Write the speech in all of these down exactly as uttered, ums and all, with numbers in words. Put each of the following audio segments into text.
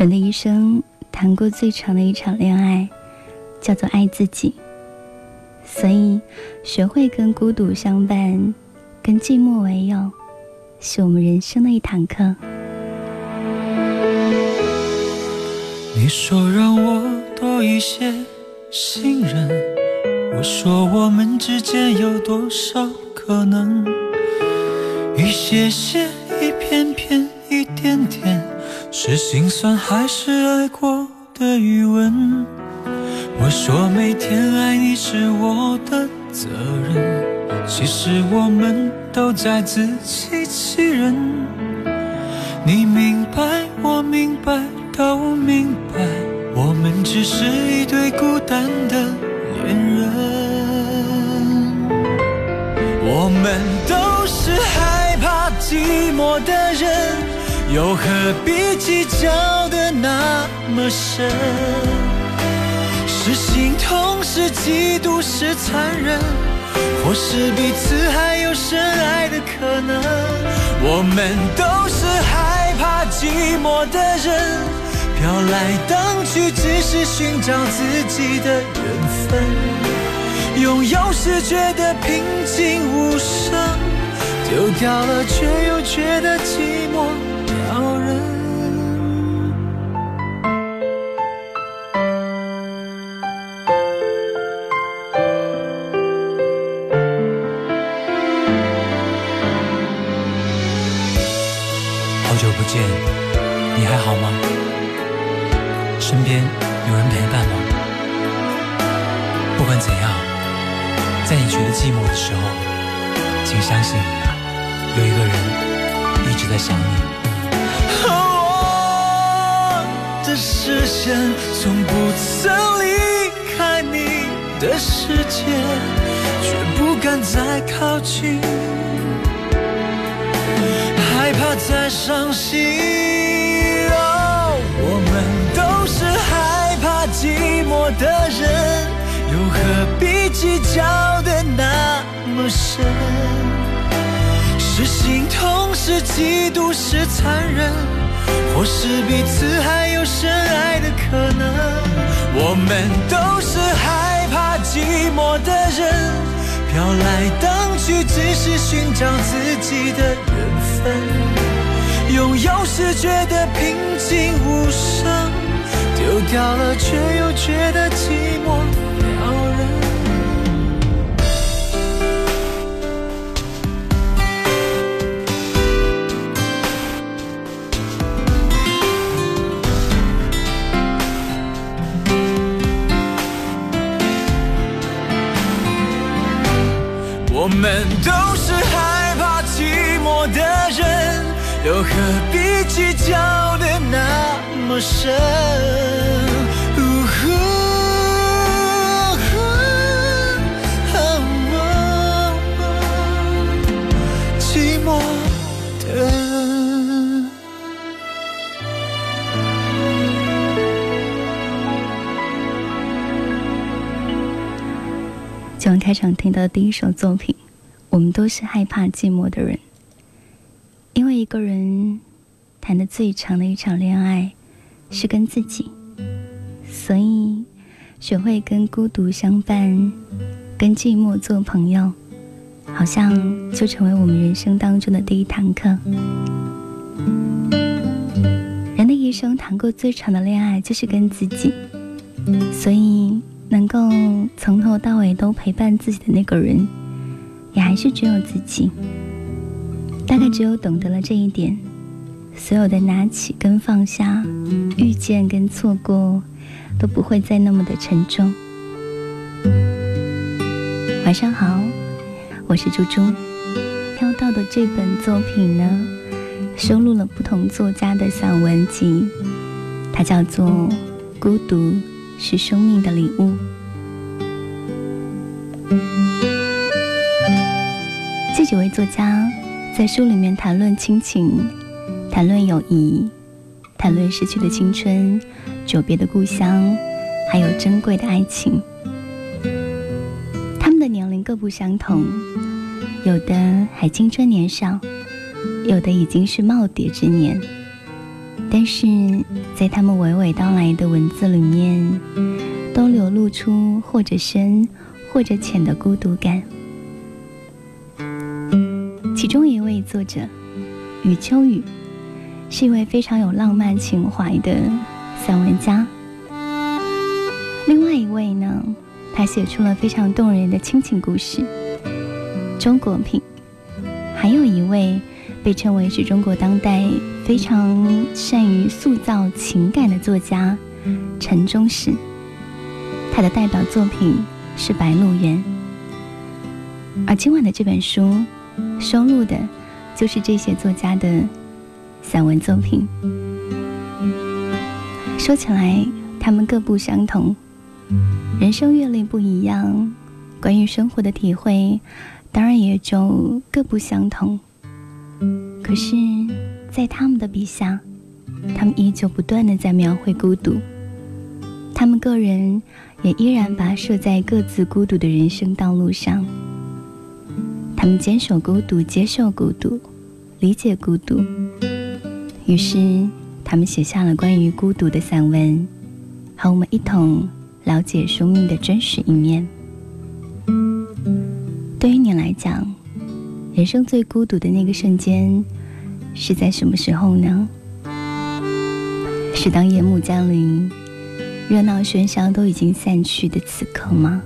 人的一生谈过最长的一场恋爱叫做爱自己，所以学会跟孤独相伴，跟寂寞为友，是我们人生的一堂课。 你说让我多一些信任，我说我们之间有多少可能，一些些一片片一点点，是心酸还是爱过的余温。我说每天爱你是我的责任，其实我们都在自欺欺人。你明白我明白都明白，我们只是一对孤单的恋人。我们都是害怕寂寞的人，又何必计较的那么深？是心痛是嫉妒是残忍，或是彼此还有深爱的可能。我们都是害怕寂寞的人，飘来荡去只是寻找自己的缘分。拥有时觉得平静无声，丢掉了却又觉得寂寞撩人。好久不见，你还好吗？身边有人陪伴吗？不管怎样，在你觉得寂寞的时候，请相信有一个人一直在想你。我的视线从不曾离开你的世界，却不敢再靠近，害怕再伤心。哦，我们都是害怕寂寞的人，又何必计较的那么深？是心痛是嫉妒是残忍，或是彼此还有深爱的可能。我们都是害怕寂寞的人，飘来荡去只是寻找自己的缘分。拥有时觉得平静无声，丢掉了却又觉得寂寞撩人。我们都是害怕寂寞的人，又何必计较的那么深？寂寞的人。 今晚开场听到的第一首作品，我们都是害怕寂寞的人。因为一个人谈的最长的一场恋爱是跟自己，所以学会跟孤独相伴，跟寂寞做朋友，好像就成为我们人生当中的第一堂课。人的一生谈过最长的恋爱就是跟自己，所以能够从头到尾都陪伴自己的那个人，也还是只有自己。大概只有懂得了这一点，所有的拿起跟放下，遇见跟错过，都不会再那么的沉重。晚上好，我是猪猪。挑到的这本作品呢，收录了不同作家的散文集，它叫做《孤独是生命的礼物》。这几位作家在书里面谈论亲情，谈论友谊，谈论逝去的青春，久别的故乡，还有珍贵的爱情。他们的年龄各不相同，有的还青春年少，有的已经是耄耋之年， 但是在他们娓娓道来的文字里面，都流露出或者深或者浅的孤独感。其中一位作者余秋雨是一位非常有浪漫情怀的散文家，另外一位呢，他写出了非常动人的亲情故事周国平，还有一位被称为是中国当代非常善于塑造情感的作家陈忠实，他的代表作品是《白鹿原》。而今晚的这本书收录的就是这些作家的散文作品。说起来他们各不相同，人生阅历不一样，关于生活的体会当然也就各不相同。可是在他们的笔下，他们依旧不断地在描绘孤独，他们个人也依然跋涉在各自孤独的人生道路上。他们坚守孤独，接受孤独，理解孤独，于是他们写下了关于孤独的散文，和我们一同了解生命的真实一面。对于你来讲，人生最孤独的那个瞬间是在什么时候呢？是当夜幕降临，热闹喧嚣都已经散去的此刻吗？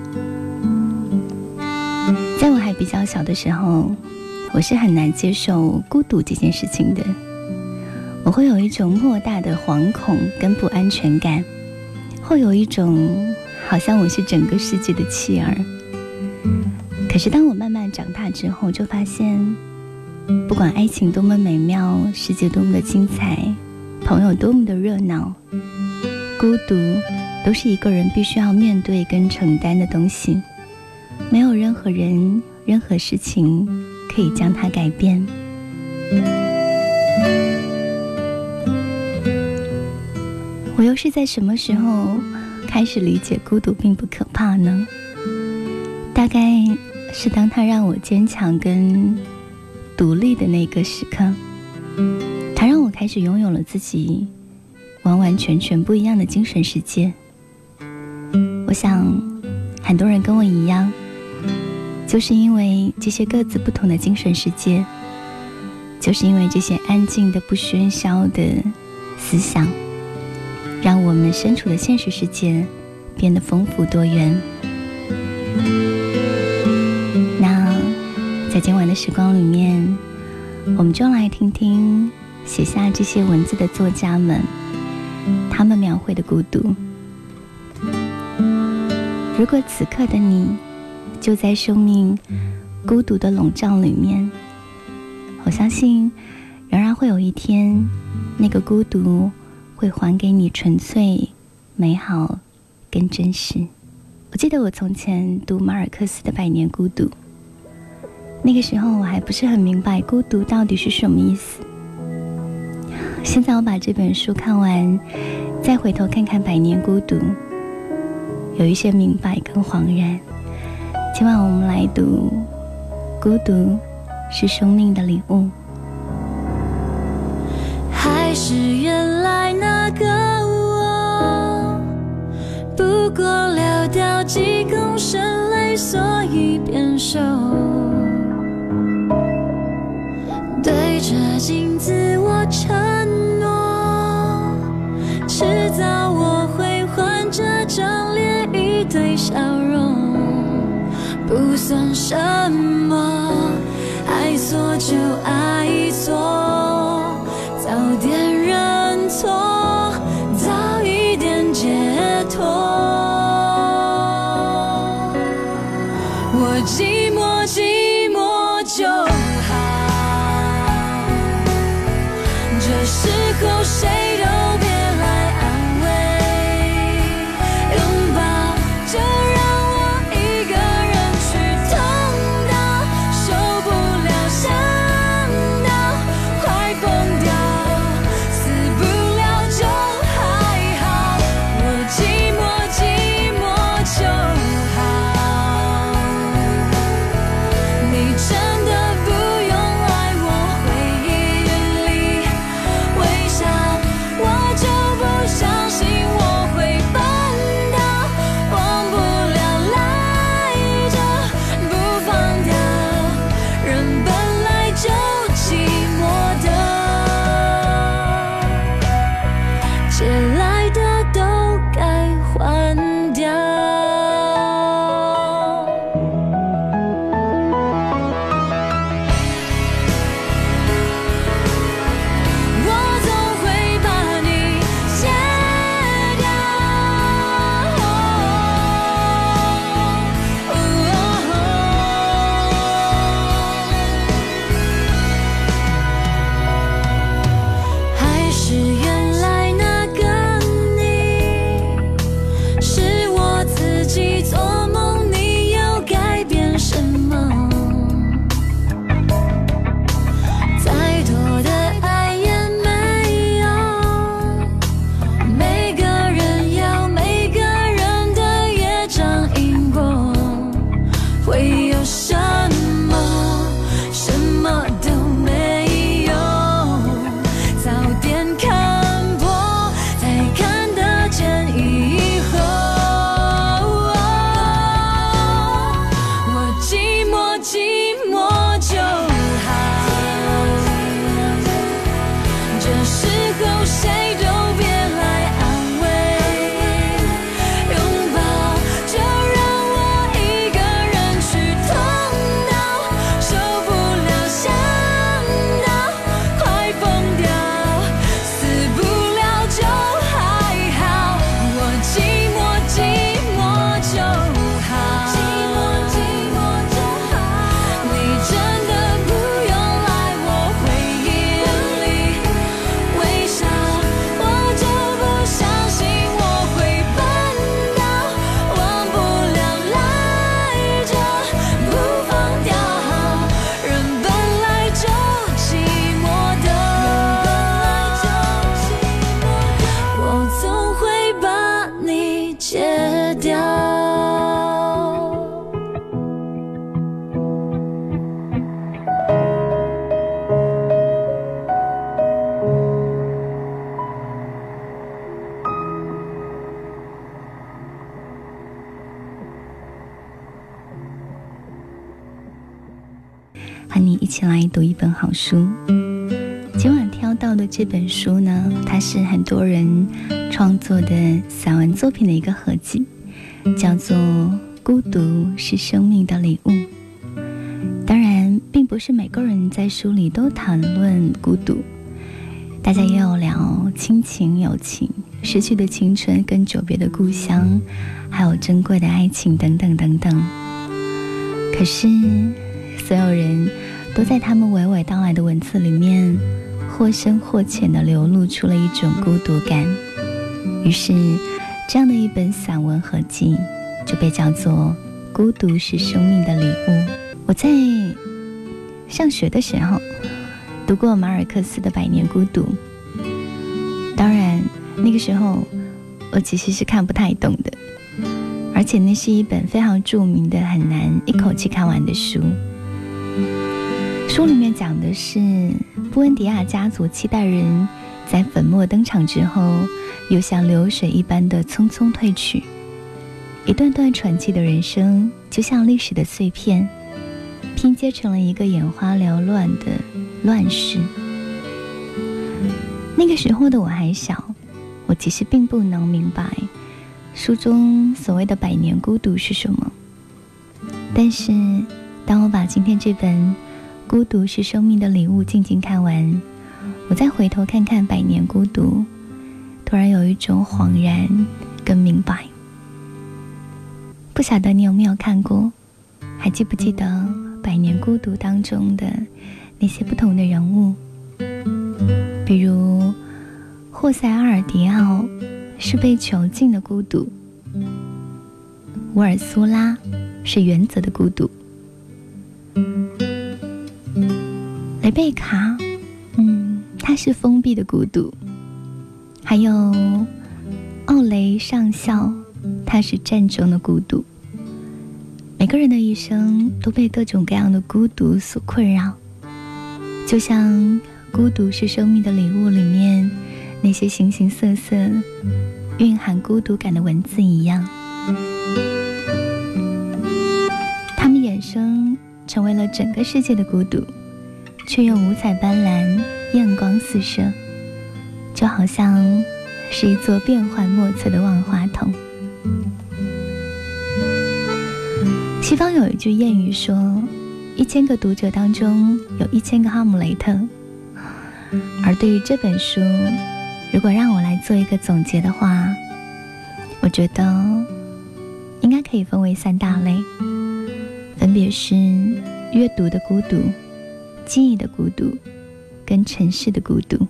在我还比较小的时候，我是很难接受孤独这件事情的，我会有一种莫大的惶恐跟不安全感，会有一种好像我是整个世界的弃儿。可是当我慢慢长大之后，就发现不管爱情多么美妙，世界多么的精彩，朋友多么的热闹，孤独都是一个人必须要面对跟承担的东西，没有任何人任何事情可以将它改变。我又是在什么时候开始理解孤独并不可怕呢？大概是当它让我坚强跟独立的那个时刻，它让我开始拥有了自己完完全全不一样的精神世界。我想很多人跟我一样，就是因为这些各自不同的精神世界，就是因为这些安静的不喧嚣的思想，让我们身处的现实世界变得丰富多元。那在今晚的时光里面，我们就来听听写下这些文字的作家们，他们描绘的孤独。如果此刻的你就在生命孤独的笼罩里面，我相信仍然会有一天，那个孤独会还给你纯粹、美好跟真实。我记得我从前读马尔克斯的《百年孤独》，那个时候我还不是很明白孤独到底是什么意思。现在我把这本书看完，再回头看看《百年孤独》，有一些明白跟恍然。今晚我们来读《孤独是生命的礼物》。 还是原来那个我，不过流掉几公升泪，所以变瘦。对着镜子我承诺，迟早我会还这张脸一堆笑容。不算什么，爱错就爱错，早点认错，早一点解脱。我寂寞寂寞就好，这时候谁都别来安慰，拥抱就让我一个人去痛到受不了，想到快疯掉，死不了就还好。我寂寞寂寞就好， 你一起来读一本好书。今晚挑到的这本书呢，它是很多人创作的散文作品的一个合集，叫做《孤独是生命的礼物》。当然并不是每个人在书里都谈论孤独，大家也有聊亲情、友情、失去的青春跟久别的故乡，还有珍贵的爱情等等等等。可是所有人都在他们娓娓道来的文字里面或深或浅地流露出了一种孤独感，于是这样的一本散文合集就被叫做《孤独是生命的礼物》。我在上学的时候读过马尔克斯的《百年孤独》，当然那个时候我其实是看不太懂的，而且那是一本非常著名的很难一口气看完的书。书里面讲的是布恩迪亚家族七代人在粉墨登场之后，又像流水一般的匆匆退去，一段段传奇的人生就像历史的碎片，拼接成了一个眼花缭乱的乱世。那个时候的我还小，我其实并不能明白书中所谓的百年孤独是什么。但是当我把今天这本《孤独是生命的礼物》静静看完，我再回头看看百年孤独，突然有一种恍然跟明白。不晓得你有没有看过，还记不记得百年孤独当中的那些不同的人物？比如霍塞阿尔迪奥是被囚禁的孤独，乌尔苏拉是原则的孤独，雷贝卡嗯，她是封闭的孤独，还有奥雷上校，他是战争的孤独。每个人的一生都被各种各样的孤独所困扰，就像《孤独是生命的礼物》里面那些形形色色蕴含孤独感的文字一样，他们衍生成为了整个世界的孤独，却又五彩斑斓，艳光四射，就好像是一座变幻莫测的万花筒。西方有一句谚语说，一千个读者当中有一千个哈姆雷特。而对于这本书，如果让我来做一个总结的话，我觉得应该可以分为三大类，分别是阅读的孤独、记忆的孤独跟尘世的孤独。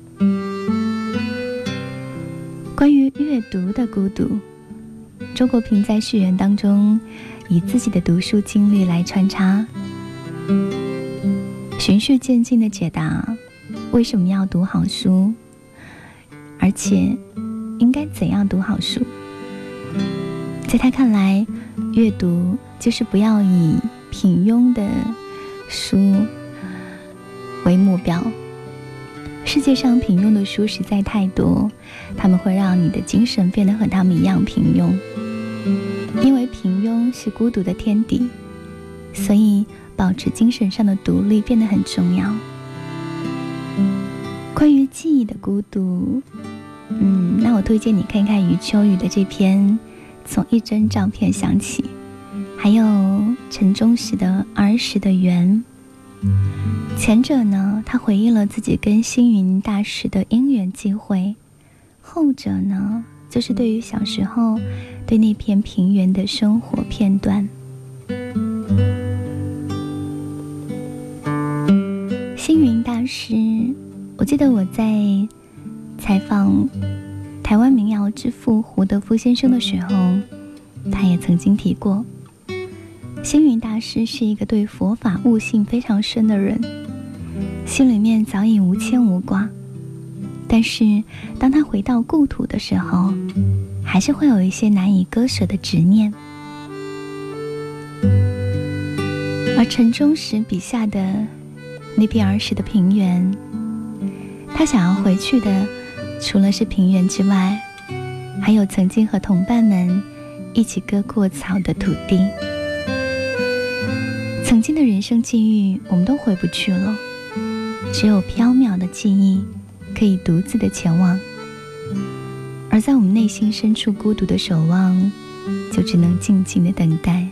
关于阅读的孤独，周国平在序言当中以自己的读书经历来穿插，循序渐进地解答为什么要读好书，而且应该怎样读好书。在他看来，阅读就是不要以平庸的书为目标。世界上平庸的书实在太多，他们会让你的精神变得和他们一样平庸。因为平庸是孤独的天敌，所以保持精神上的独立变得很重要。关于记忆的孤独，嗯，那我推荐你看看余秋雨的这篇从一张照片想起，还有陈忠实的儿时的缘。前者呢，他回忆了自己跟星云大师的因缘际会，后者呢，就是对于小时候对那片平原的生活片段。星云大师，我记得我在采访台湾民谣之父胡德夫先生的时候，他也曾经提过，星云大师是一个对佛法悟性非常深的人，心里面早已无牵无挂，但是当他回到故土的时候，还是会有一些难以割舍的执念。而陈忠实笔下的那片儿时的平原，他想要回去的除了是平原之外，还有曾经和同伴们一起割过草的土地。 曾经的人生际遇我们都回不去了，只有缥缈的记忆可以独自的前往，而在我们内心深处孤独的守望，就只能静静的等待。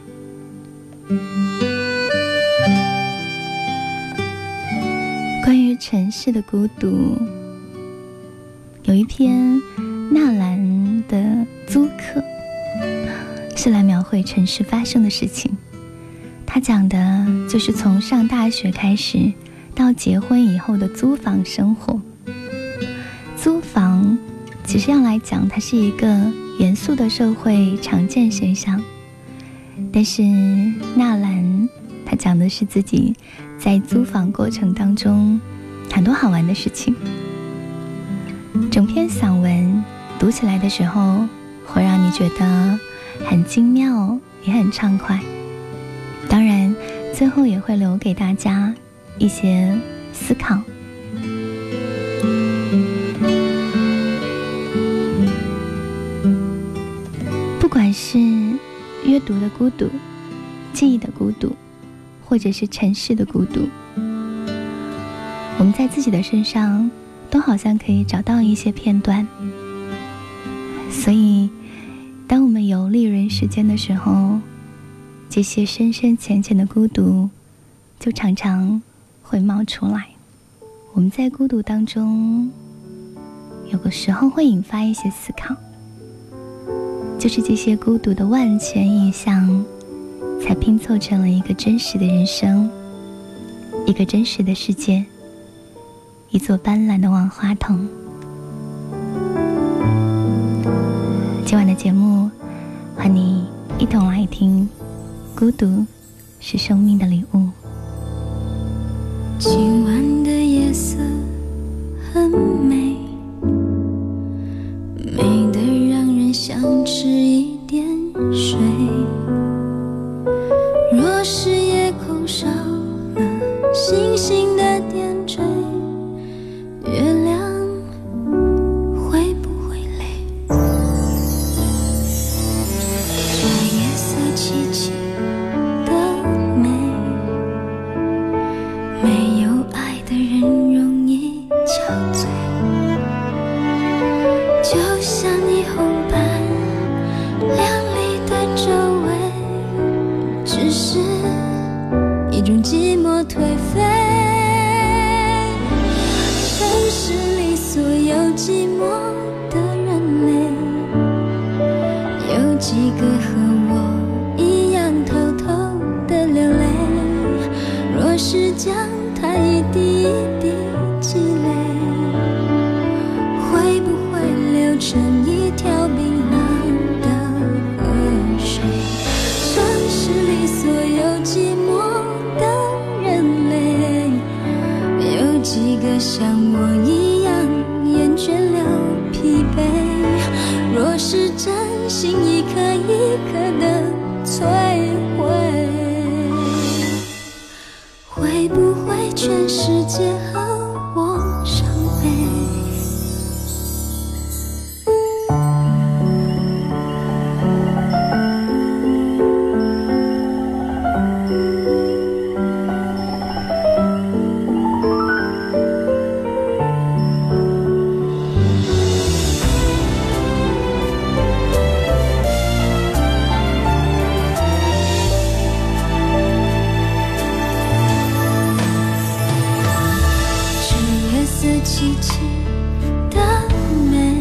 关于城市的孤独，有一篇纳兰的租客是来描绘城市发生的事情。他讲的就是从上大学开始到结婚以后的租房生活。租房其实要来讲，它是一个严肃的社会常见现象，但是纳兰他讲的是自己在租房过程当中很多好玩的事情。整篇散文读起来的时候，会让你觉得很精妙，也很畅快。当然，最后也会留给大家一些思考。不管是阅读的孤独、记忆的孤独，或者是城市的孤独，我们在自己的身上都好像可以找到一些片段。所以当我们游历人世间的时候，这些深深浅浅的孤独就常常会冒出来。我们在孤独当中有个时候会引发一些思考，就是这些孤独的万千意象才拼凑成了一个真实的人生，一个真实的世界，一座斑斓的万花筒。今晚的节目和你一同来听孤独是生命的礼物。 今晚的夜色很美，美得让人想吃一点水。若是夜空少了星星的点缀，月亮会不会累？这夜色凄凄的美，没有爱的人容易憔悴，就像霓虹般亮丽的周围，只是一种寂寞颓废。城市里所有寂寞的人类，有几个和我一样偷偷的流泪？若是将它一滴一滴积累，会不会流成一条冰冷的河水？城市里所有寂寞的人类，有几个像我一样厌倦了疲惫？若是真心一颗一颗的摧毁，会不会全世界和我伤悲？凄凄的美，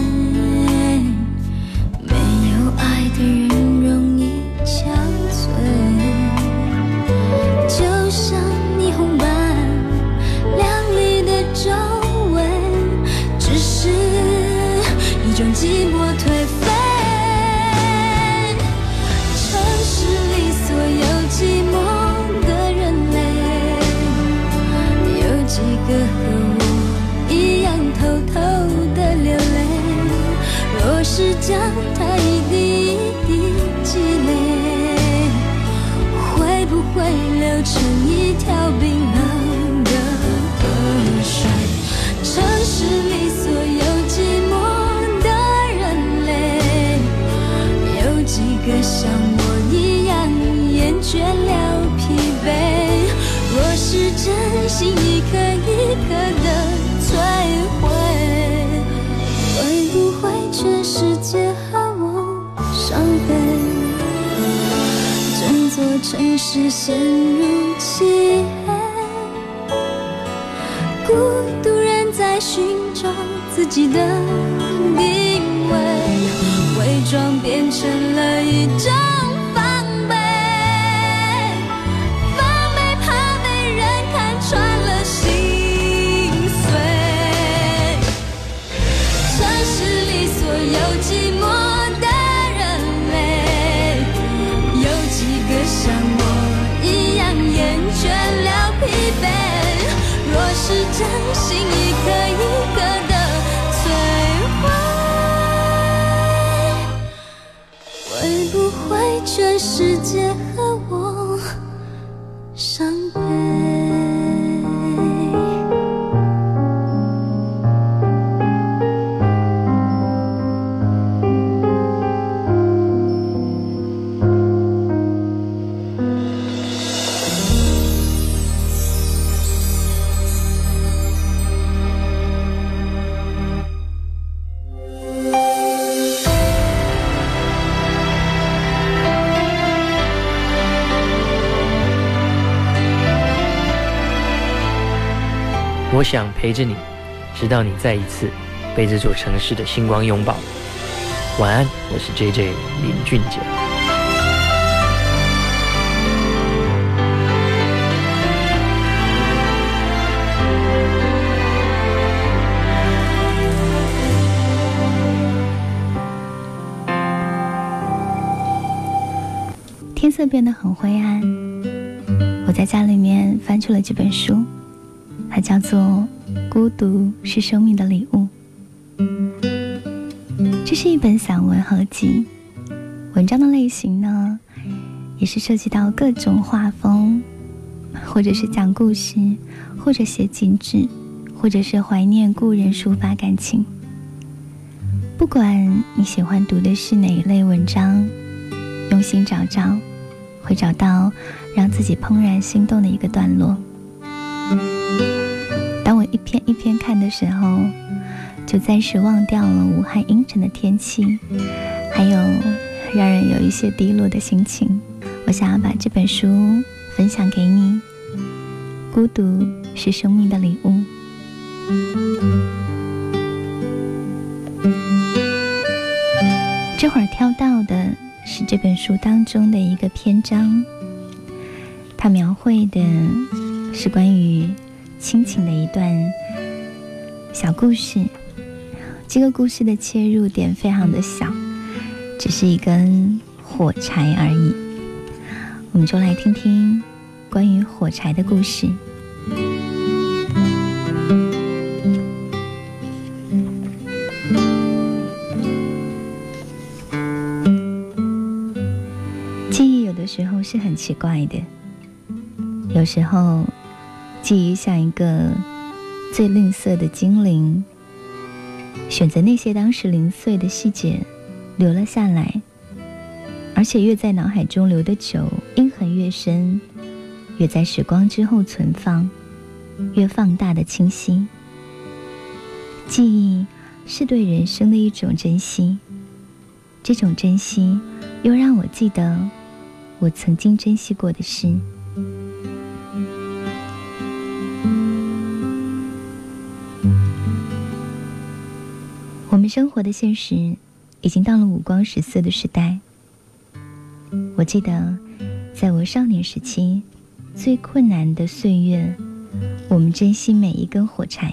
没有爱的人容易憔悴，就像霓虹般亮丽的周围，只是一种寂寞颓废。城市里所有寂寞的人类，有几个和我一样偷偷的流泪？若是将它一滴一滴积累，会不会流成一条冰冷的河水？城市里所有寂寞的人类，有几个像我一样厌倦了疲惫？ 城市陷入漆黑，孤独人在寻找自己的定位，伪装变成了一种防备，防备怕被人看穿了心碎。城市里所有寂寞的人类，有几个像我一样厌倦了疲惫？若是真心一颗一颗的摧毁，会不会全世界和我伤悲？ 我想陪着你，直到你再一次被这座城市的星光拥抱。晚安，我是 J J 林俊杰。 天色变得很灰暗，我在家里面翻出了这本书，它叫做《孤独是生命的礼物》。这是一本散文合集，文章的类型呢，也是涉及到各种画风，或者是讲故事，或者写景致，或者是怀念故人，抒发感情。不管你喜欢读的是哪一类文章，用心找找，会找到让自己怦然心动的一个段落。当我一篇一篇看的时候，就暂时忘掉了武汉阴沉的天气，还有让人有一些低落的心情。我想要把这本书分享给你，孤独是生命的礼物。这会儿挑到的是这本书当中的一个篇章，它描绘的是关于亲情的一段小故事。这个故事的切入点非常的小，只是一根火柴而已。我们就来听听关于火柴的故事。记忆有的时候是很奇怪的，有时候记忆像一个最吝啬的精灵，选择那些当时零碎的细节留了下来，而且越在脑海中留得久，印痕越深，越在时光之后存放，越放大的清晰。记忆是对人生的一种珍惜，这种珍惜又让我记得我曾经珍惜过的事。我们生活的现实已经到了五光十色的时代。我记得在我少年时期最困难的岁月，我们珍惜每一根火柴。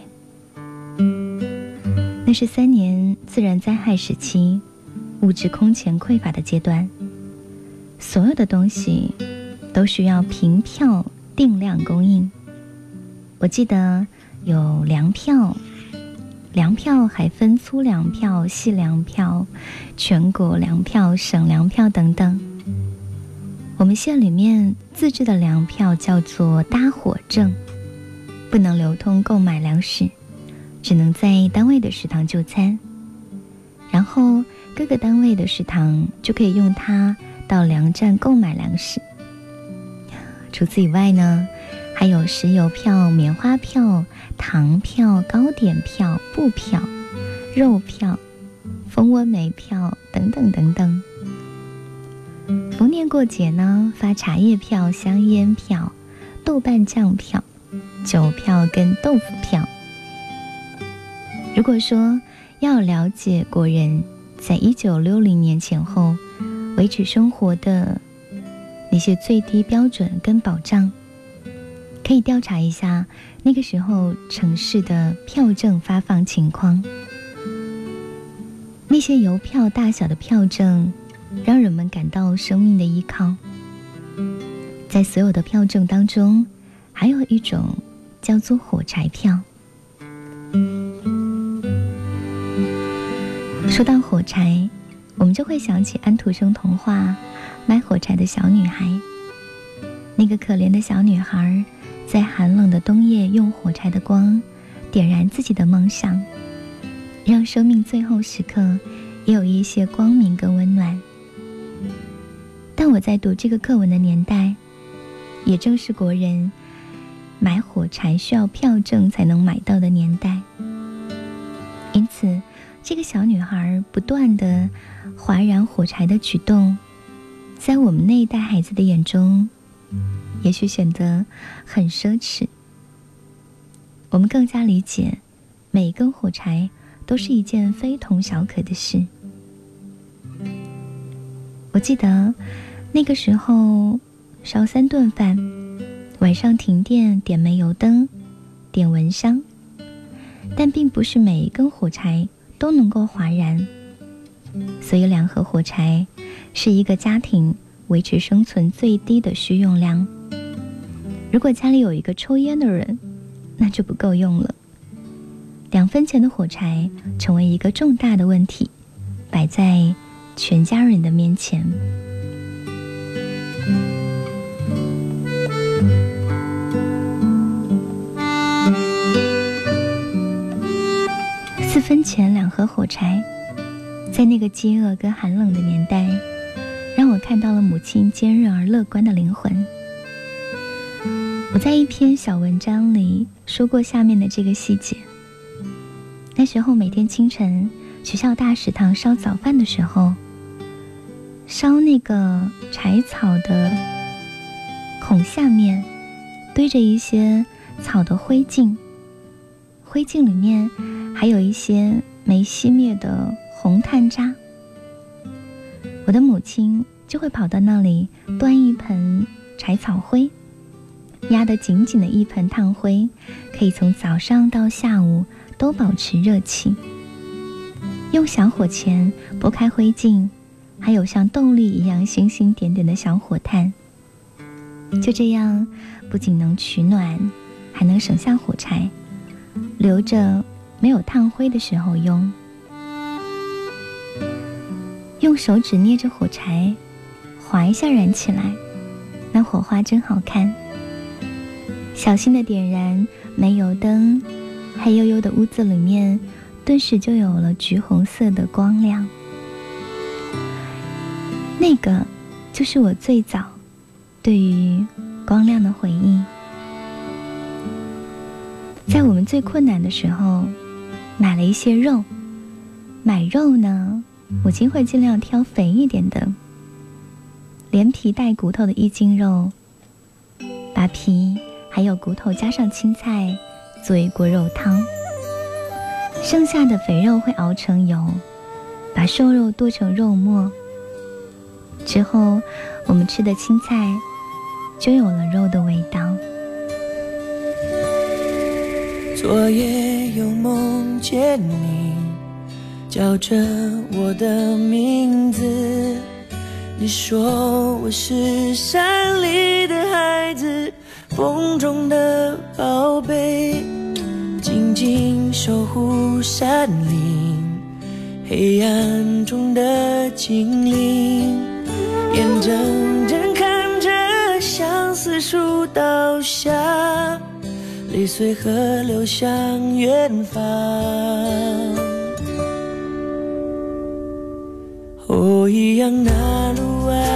那是三年自然灾害时期，物质空前匮乏的阶段，所有的东西都需要凭票定量供应。我记得有粮票，粮票还分粗粮票、细粮票、全国粮票、省粮票等等。我们县里面自制的粮票叫做搭伙证，不能流通购买粮食，只能在单位的食堂就餐，然后各个单位的食堂就可以用它到粮站购买粮食。除此以外呢，还有石油票、棉花票、糖票、糕点票、布票、肉票、蜂窝煤票等等等等。逢年过节呢，发茶叶票、香烟票、豆瓣酱票、酒票跟豆腐票。如果说要了解国人在一九六零年前后维持生活的那些最低标准跟保障，可以调查一下那个时候城市的票证发放情况。那些邮票大小的票证让人们感到生命的依靠。在所有的票证当中，还有一种叫做火柴票。说到火柴，我们就会想起安徒生童话《卖火柴的小女孩》。那个可怜的小女孩在寒冷的冬夜用火柴的光点燃自己的梦想，让生命最后时刻也有一些光明跟温暖。但我在读这个课文的年代，也正是国人买火柴需要票证才能买到的年代。因此这个小女孩不断地划燃火柴的举动，在我们那一代孩子的眼中也许显得很奢侈。我们更加理解每一根火柴都是一件非同小可的事。我记得那个时候烧三顿饭，晚上停电点煤油灯，点蚊香，但并不是每一根火柴都能够划燃，所以两盒火柴是一个家庭维持生存最低的需用量。如果家里有一个抽烟的人，那就不够用了。两分钱的火柴成为一个重大的问题，摆在全家人的面前。四分钱两盒火柴，在那个饥饿跟寒冷的年代，让我看到了母亲坚韧而乐观的灵魂。我在一篇小文章里说过下面的这个细节。那时候每天清晨学校大食堂烧早饭的时候，烧那个柴草的孔下面堆着一些草的灰烬，灰烬里面还有一些没熄灭的红炭渣。我的母亲就会跑到那里端一盆柴草灰，压得紧紧的一盆炭灰，可以从早上到下午都保持热气。用小火钳拨开灰烬，还有像豆粒一样星星点点的小火炭。就这样，不仅能取暖，还能省下火柴，留着没有炭灰的时候用。用手指捏着火柴，划一下燃起来，那火花真好看。小心的点燃煤油灯，黑黝黝的屋子里面顿时就有了橘红色的光亮。那个就是我最早对于光亮的回忆。在我们最困难的时候，买了一些肉。买肉呢，母亲会尽量挑肥一点的，连皮带骨头的一斤肉，把皮还有骨头加上青菜做一锅肉汤。剩下的肥肉会熬成油，把瘦肉剁成肉末，之后我们吃的青菜就有了肉的味道。 昨夜又梦见你叫着我的名字，你说我是山里的孩子，风中的宝贝，静静守护山林，黑暗中的精灵，眼睁睁看着相思树倒下，泪随河流向远方。哦，一样那路啊，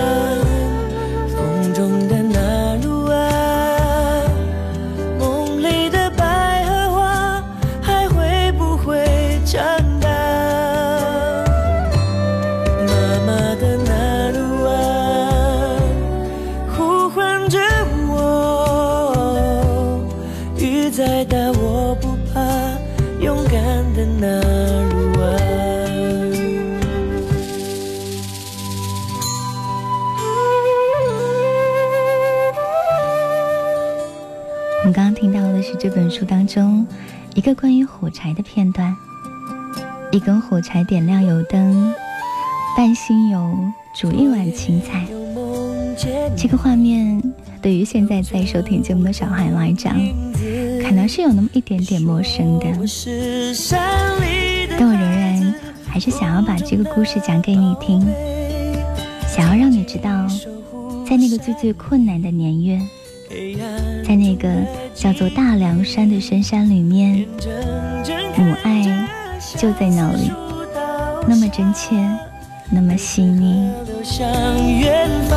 风中的那路啊，梦里的百合花还会不会长大？妈妈的那路啊， 中一个关于火柴的片段，一根火柴点亮油灯，拌新油煮一碗青菜。这个画面对于现在在收听节目的小孩来讲，可能是有那么一点点陌生的，但我仍然还是想要把这个故事讲给你听，想要让你知道，在那个最最困难的年月，在那个叫做大凉山的深山里面，母爱就在那里，那么真切，那么细腻。 向远方，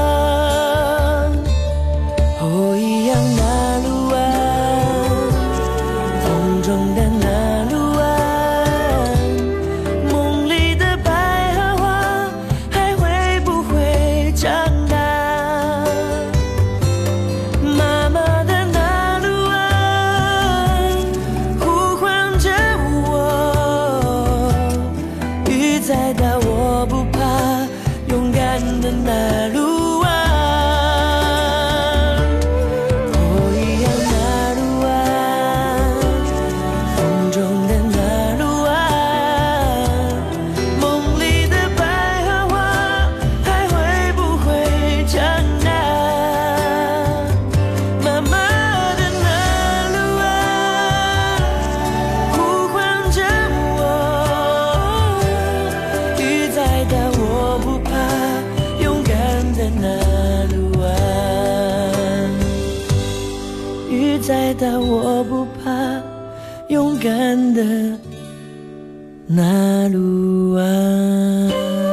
哦，一样那路啊，风中的那路啊，梦里的百合花还会不会长大？妈妈的那路啊，呼唤着我，雨再大我不怕，勇敢的那路啊，火一样那路啊，风中的那路啊，梦里的百合花还会不会长大？妈妈的那路啊，呼唤着我，雨再大我不怕，勇敢的那路啊，雨再大我不怕，勇敢的那路啊。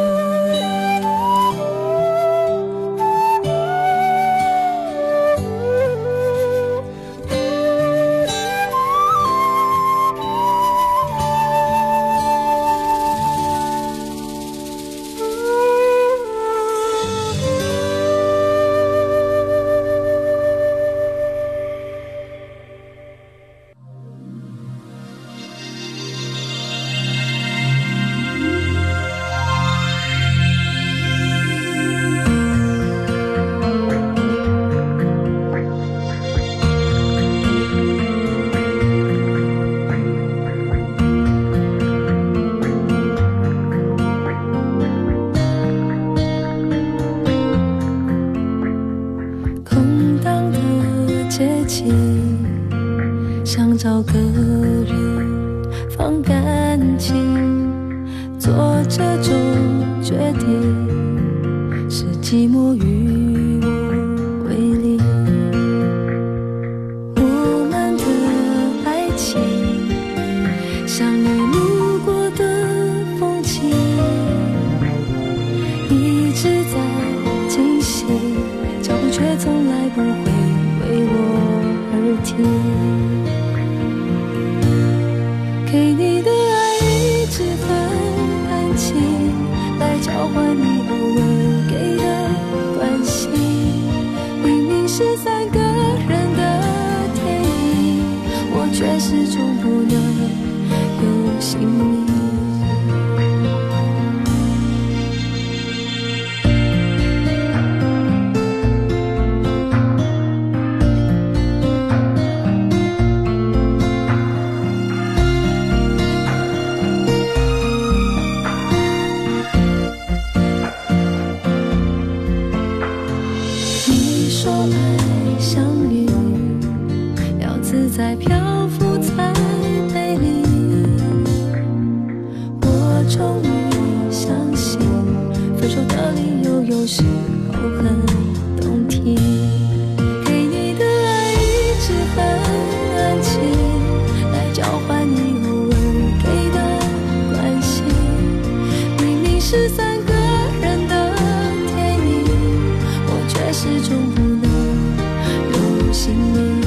想找个人放感情，做这种决定，是寂寞与我为邻。我们的爱情像你路过的风景，一直在进行，脚步却从来不会为我而停。给你的爱一直很安静，来交换你偶尔给的关心。明明是三个人的电影，我却始终不能有姓名。在漂浮才美丽，我终于相信，分手的理由有时候很动听。给你的爱一直很安静，来交换你偶尔给的关心。明明是三个人的电影，我却始终不能有姓名。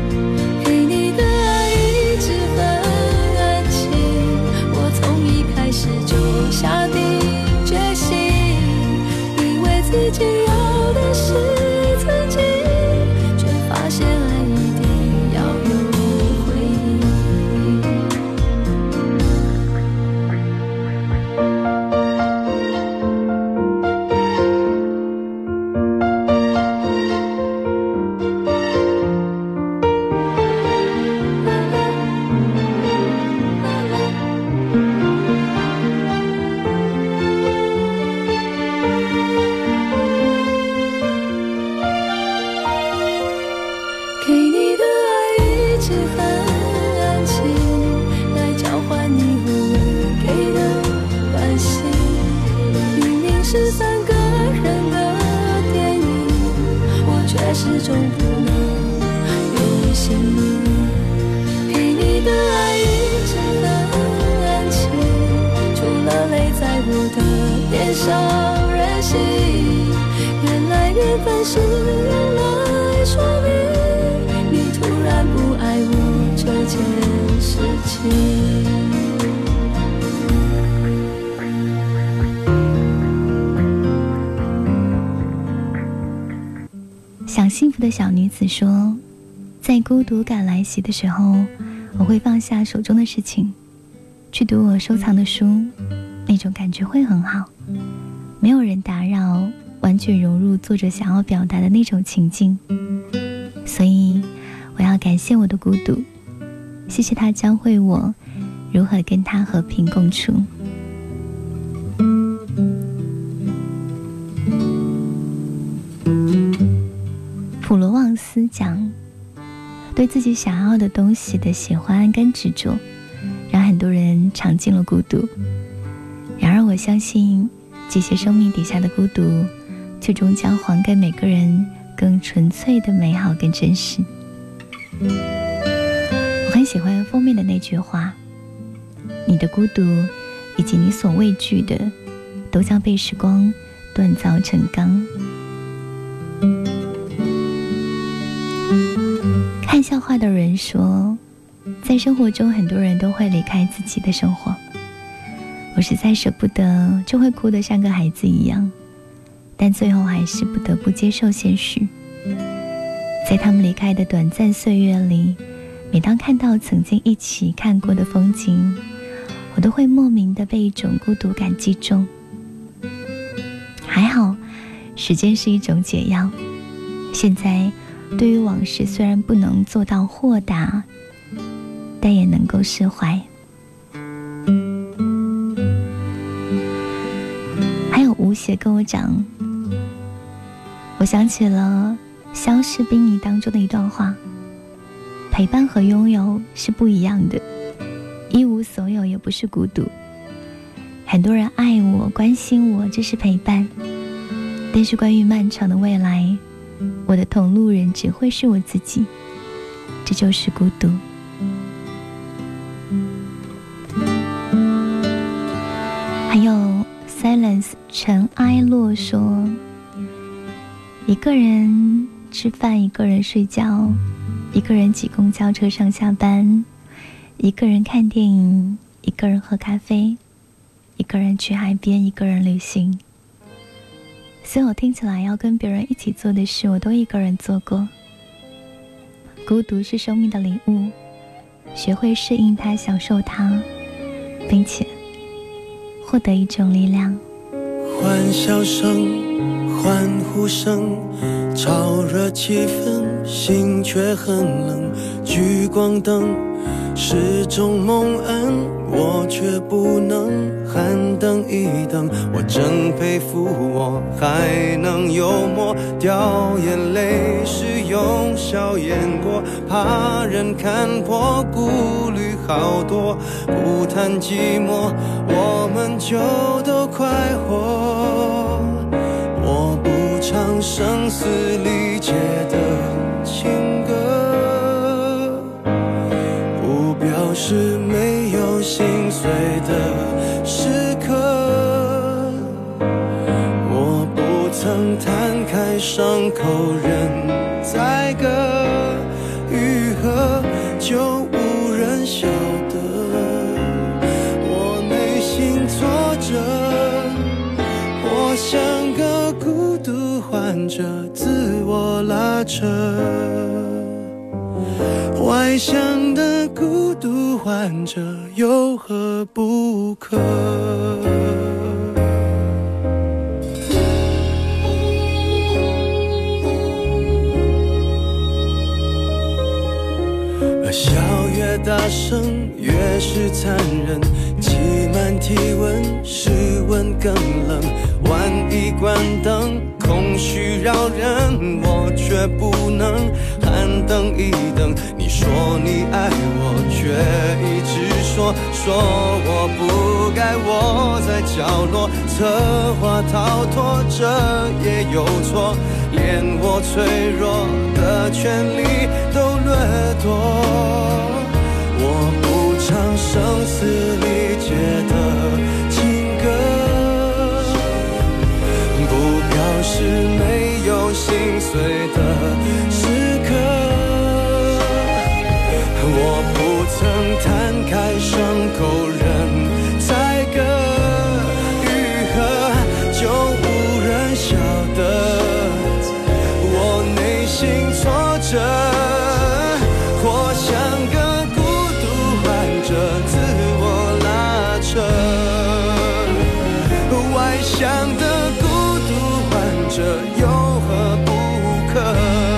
下定决心，以为自己要的是曾经，却发现爱一定要有回忆。 是三个人的电影，我却始终不能用心。给你的爱一直很安静，除了泪在我的脸上任性。原来缘分是用来说明你突然不爱我这件事情。 想幸福的小女子说，在孤独感来袭的时候，我会放下手中的事情，去读我收藏的书，那种感觉会很好，没有人打扰，完全融入作者想要表达的那种情境。所以我要感谢我的孤独，谢谢他教会我如何跟他和平共处。普罗旺斯讲，对自己想要的东西的喜欢跟执着，让很多人尝尽了孤独。然而我相信，这些生命底下的孤独，最终将还给每个人更纯粹的美好跟真实。我很喜欢封面的那句话，你的孤独以及你所畏惧的，都将被时光锻造成钢。看笑话的人说，在生活中很多人都会离开自己的生活，我实在舍不得，就会哭得像个孩子一样，但最后还是不得不接受现实。在他们离开的短暂岁月里，每当看到曾经一起看过的风景，我都会莫名的被一种孤独感击中。还好，时间是一种解药。现在对于往事虽然不能做到豁达，但也能够释怀。还有吴邪跟我讲，我想起了《消失冰泥》当中的一段话，陪伴和拥有是不一样的，一无所有也不是孤独。很多人爱我关心我，这是陪伴，但是关于漫长的未来，我的同路人只会是我自己，这就是孤独。还有 Silence 尘埃落说，一个人吃饭，一个人睡觉，一个人挤公交车上下班，一个人看电影，一个人喝咖啡，一个人去海边，一个人旅行。所有听起来要跟别人一起做的事，我都一个人做过。孤独是生命的礼物，学会适应它，享受它，并且获得一种力量。 欢笑声，欢呼声，炒热气氛，心却很冷。聚光灯是种蒙恩，我却不能喊等一等。我真佩服我还能幽默，掉眼泪是用笑掩过，怕人看破，顾虑好多。不谈寂寞，我们就都快活。我不唱声嘶力竭的情歌，不表示没有心碎的时刻。我不曾摊开伤口任宰割，愈合就无人晓得。我内心挫折，我像个孤独患者，自我拉扯。外向的孤独患者有何不可？而笑越大声越是残忍，挤满体温，室温更冷。万一关灯，空虚扰人，我却不能。 等一等。你说你爱我，却一直说说我不该窝在角落，策划逃脱，这也有错，连我脆弱的权利都掠夺。我不唱声嘶力竭的情歌，不表示没有心碎的时刻。我不曾摊开伤口任宰割愈合，就无人晓得我内心挫折，或像个孤独患者自我拉扯，外向的孤独患者有何不可？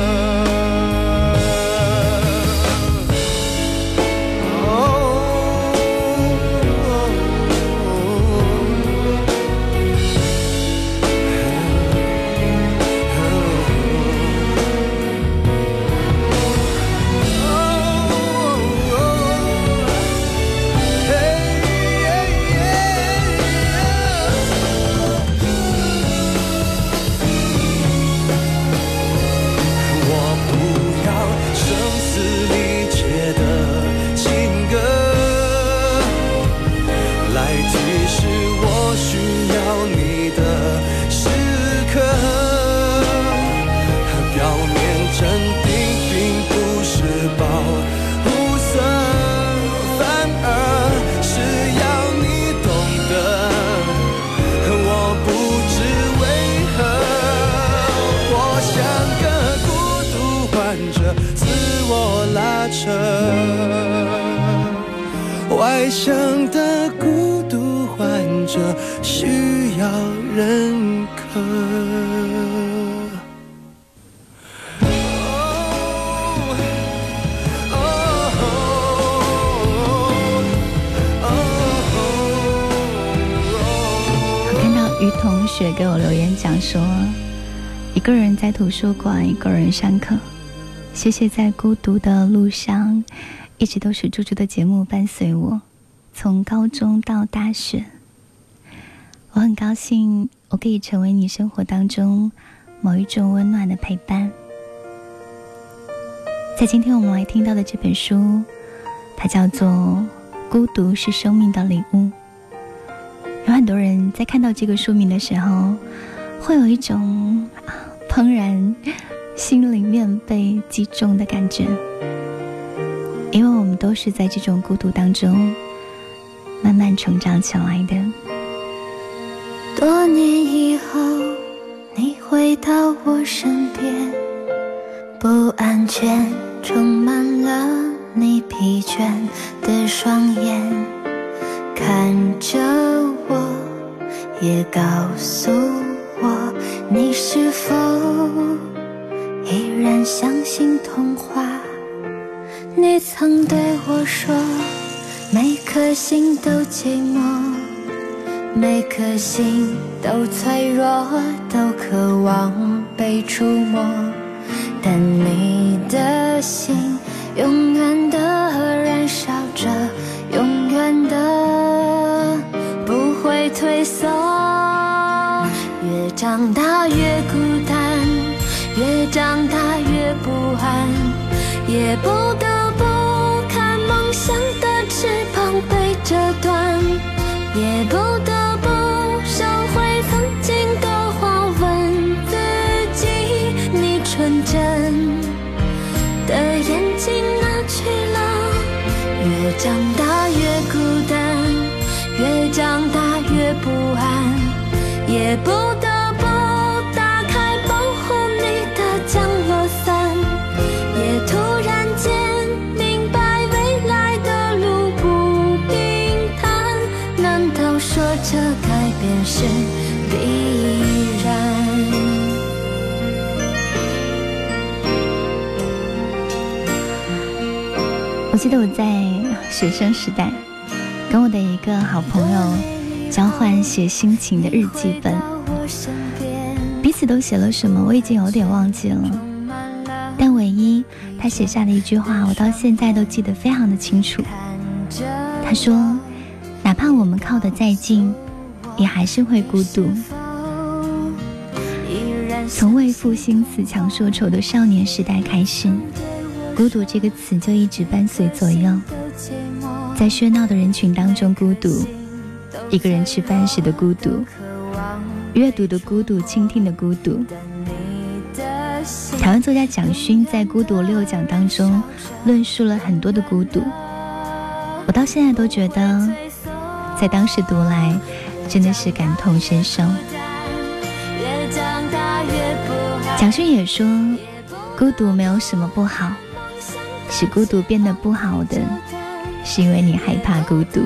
外向的孤独患者需要认可。 我看到于同学给我留言讲说，一个人在图书馆，一个人上课，谢谢在孤独的路上一直都是猪猪的节目伴随我，从高中到大学。我很高兴我可以成为你生活当中某一种温暖的陪伴。在今天我们来听到的这本书，它叫做《孤独是生命的礼物》。有很多人在看到这个书名的时候，会有一种怦然心里面被击中的感觉，因为我们都是在这种孤独当中慢慢成长起来的。 多年以后，你回到我身边，不安全充满了你疲倦的双眼，看着我，也告诉我，你是否依然相信童话？你曾对我说，每颗心都寂寞，每颗心都脆弱，都渴望被触摸，但你的心永远的燃烧着，永远的不会退缩。越长大越孤单，越长大越不安，也不得不看梦想的翅膀被折断，也不得不收回曾经的话，问自己，你纯真的眼睛哪去了？越长大越孤单，越长大越不安，也不得不打开保护你的降落伞，也突然间明白未来的路不平坦，难道说这改变是必然？ 我记得我在学生时代跟我的一个好朋友交换写心情的日记本，彼此都写了什么我已经有点忘记了，但唯一他写下的一句话，我到现在都记得非常的清楚。他说，哪怕我们靠得再近，也还是会孤独。从为赋新词强说愁的少年时代开始，孤独这个词就一直伴随左右。在喧闹的人群当中孤独，一个人吃饭时的孤独，阅读的孤独，倾听的孤独。台湾作家蒋勋在《孤独六讲》当中论述了很多的孤独，我到现在都觉得在当时读来真的是感同身受。蒋勋也说，孤独没有什么不好，使孤独变得不好的是因为你害怕孤独。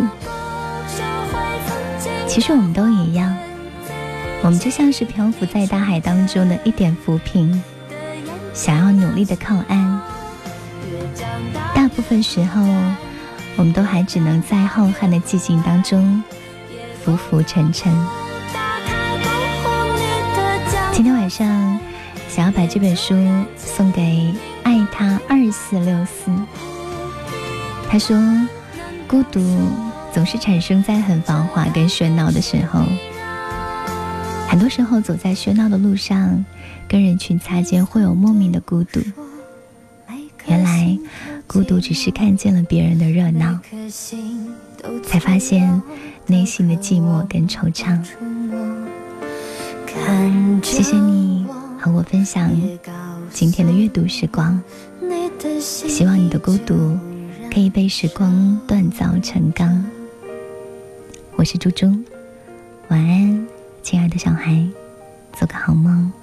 其实我们都一样，我们就像是漂浮在大海当中的一点浮萍，想要努力的靠岸。大部分时候我们都还只能在浩瀚的寂静当中浮浮沉沉。今天晚上想要把这本书送给爱他二四六四。他说，孤独总是产生在很繁华跟喧闹的时候，很多时候走在喧闹的路上，跟人群擦肩会有莫名的孤独。原来孤独只是看见了别人的热闹，才发现内心的寂寞跟惆怅。谢谢你和我分享今天的阅读时光，希望你的孤独可以被时光锻造成钢。我是猪猪，晚安，亲爱的小孩，做个好梦。